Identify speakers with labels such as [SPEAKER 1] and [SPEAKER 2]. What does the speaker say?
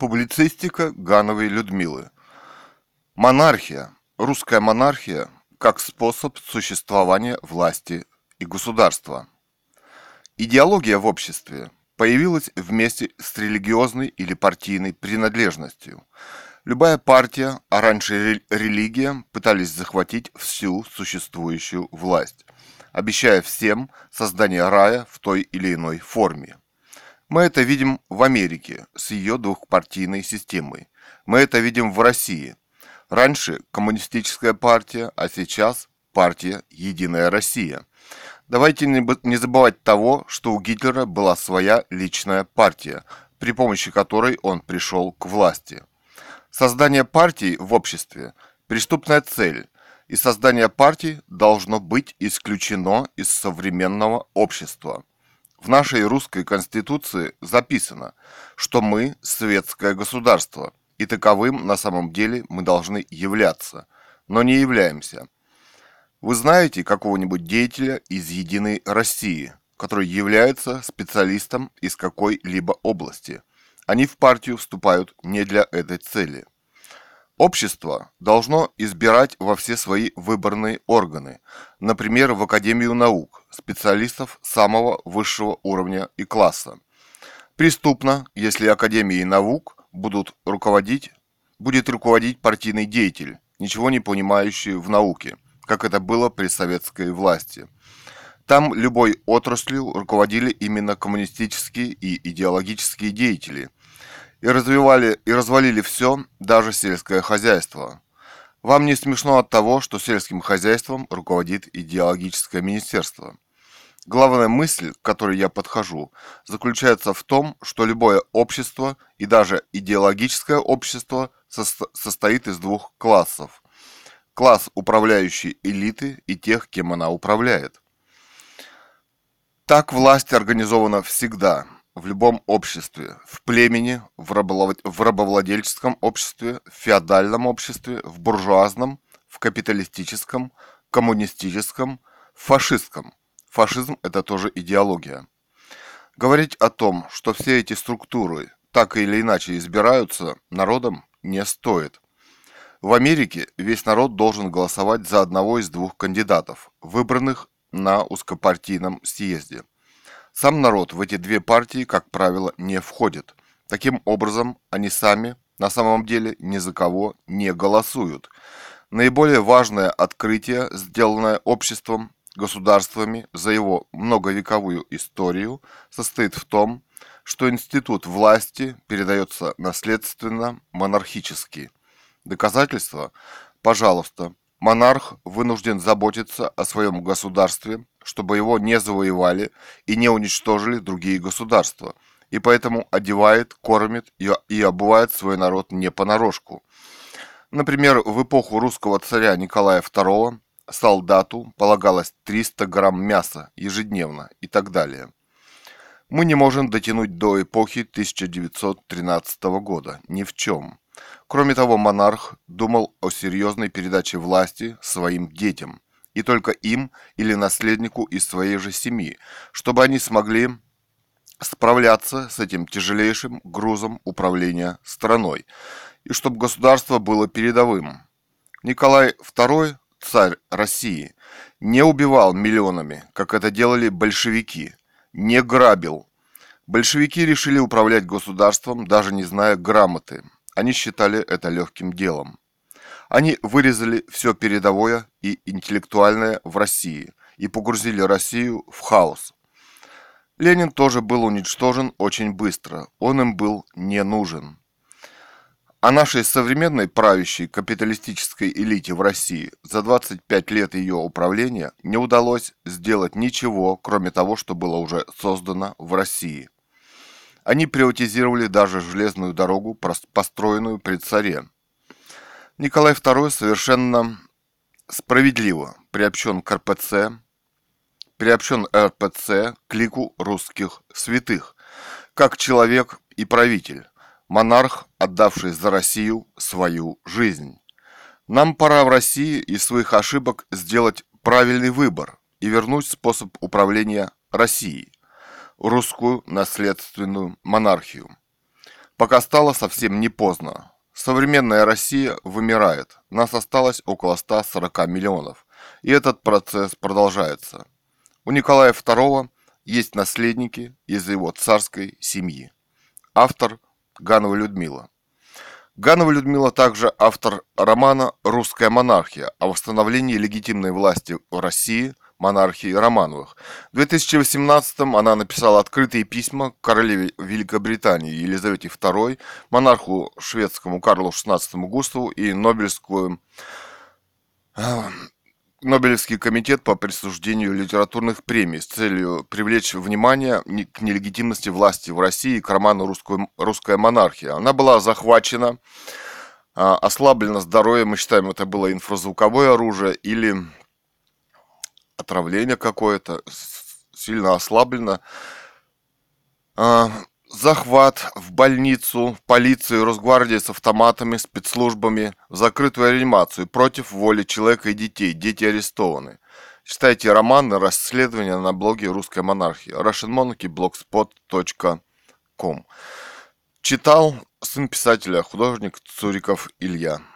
[SPEAKER 1] Публицистика Гановой Людмилы. Монархия. Русская монархия как способ существования власти и государства. Идеология в обществе появилась вместе с религиозной или партийной принадлежностью. Любая партия, а раньше религия, пытались захватить всю существующую власть, обещая всем создание рая в той или иной форме. Мы это видим в Америке с ее двухпартийной системой. Мы это видим в России. Раньше коммунистическая партия, а сейчас партия «Единая Россия». Давайте не забывать того, что у Гитлера была своя личная партия, при помощи которой он пришел к власти. Создание партий в обществе – преступная цель, и создание партий должно быть исключено из современного общества. В нашей русской конституции записано, что мы светское государство, и таковым на самом деле мы должны являться, но не являемся. Вы знаете какого-нибудь деятеля из «Единой России», который является специалистом из какой-либо области? Они в партию вступают не для этой цели. Общество должно избирать во все свои выборные органы, например, в Академию наук, специалистов самого высшего уровня и класса. Преступно, если Академией наук будет руководить партийный деятель, ничего не понимающий в науке, как это было при советской власти. Там любой отраслью руководили именно коммунистические и идеологические деятели, и развалили все, даже сельское хозяйство. Вам не смешно от того, что сельским хозяйством руководит идеологическое министерство. Главная мысль, к которой я подхожу, заключается в том, что любое общество и даже идеологическое общество состоит из двух классов. Класс управляющей элиты и тех, кем она управляет. Так власть организована всегда. В любом обществе, в племени, в рабовладельческом обществе, в феодальном обществе, в буржуазном, в капиталистическом, коммунистическом, в фашистском. Фашизм – это тоже идеология. Говорить о том, что все эти структуры так или иначе избираются народом, не стоит. В Америке весь народ должен голосовать за одного из двух кандидатов, выбранных на узкопартийном съезде. Сам народ в эти две партии, как правило, не входит. Таким образом, они сами на самом деле ни за кого не голосуют. Наиболее важное открытие, сделанное обществом, государствами за его многовековую историю, состоит в том, что институт власти передается наследственно монархически. Доказательство? Пожалуйста. Монарх вынужден заботиться о своем государстве, чтобы его не завоевали и не уничтожили другие государства, и поэтому одевает, кормит и обувает свой народ не понарошку. Например, в эпоху русского царя Николая II солдату полагалось 300 грамм мяса ежедневно и так далее. Мы не можем дотянуть до эпохи 1913 года ни в чем. Кроме того, монарх думал о серьезной передаче власти своим детям, и только им или наследнику из своей же семьи, чтобы они смогли справляться с этим тяжелейшим грузом управления страной, и чтобы государство было передовым. Николай II, царь России, не убивал миллионами, как это делали большевики, не грабил. Большевики решили управлять государством, даже не зная грамоты. Они считали это легким делом. Они вырезали все передовое и интеллектуальное в России и погрузили Россию в хаос. Ленин тоже был уничтожен очень быстро, он им был не нужен. А нашей современной правящей капиталистической элите в России за 25 лет ее управления не удалось сделать ничего, кроме того, что было уже создано в России. Они приватизировали даже железную дорогу, построенную при царе. Николай II совершенно справедливо приобщен РПЦ к лику русских святых, как человек и правитель, монарх, отдавший за Россию свою жизнь. Нам пора в России из своих ошибок сделать правильный выбор и вернуть способ управления Россией, русскую наследственную монархию. пока стало совсем не поздно. Современная Россия вымирает. Нас осталось около 140 миллионов. И этот процесс продолжается. У Николая II есть наследники из его царской семьи. Автор Ганова Людмила. Ганова Людмила также автор романа «Русская монархия» о восстановлении легитимной власти в России монархии Романовых. В 2018-м она написала открытые письма королеве Великобритании Елизавете II, монарху шведскому Карлу XVI Густаву и Нобелевский комитет по присуждению литературных премий с целью привлечь внимание к нелегитимности власти в России и к роману «Русская монархия». Она была захвачена, ослаблено здоровье, мы считаем, это было инфразвуковое оружие или отравление какое-то, сильно ослаблено. Захват в больницу, полицию, Росгвардии с автоматами, спецслужбами, в закрытую реанимацию против воли человека и детей. Дети арестованы. Читайте романы, расследования на блоге «Русская монархия». russianmonarchy.blogspot.com. Читал сын писателя, художник Цуриков Илья.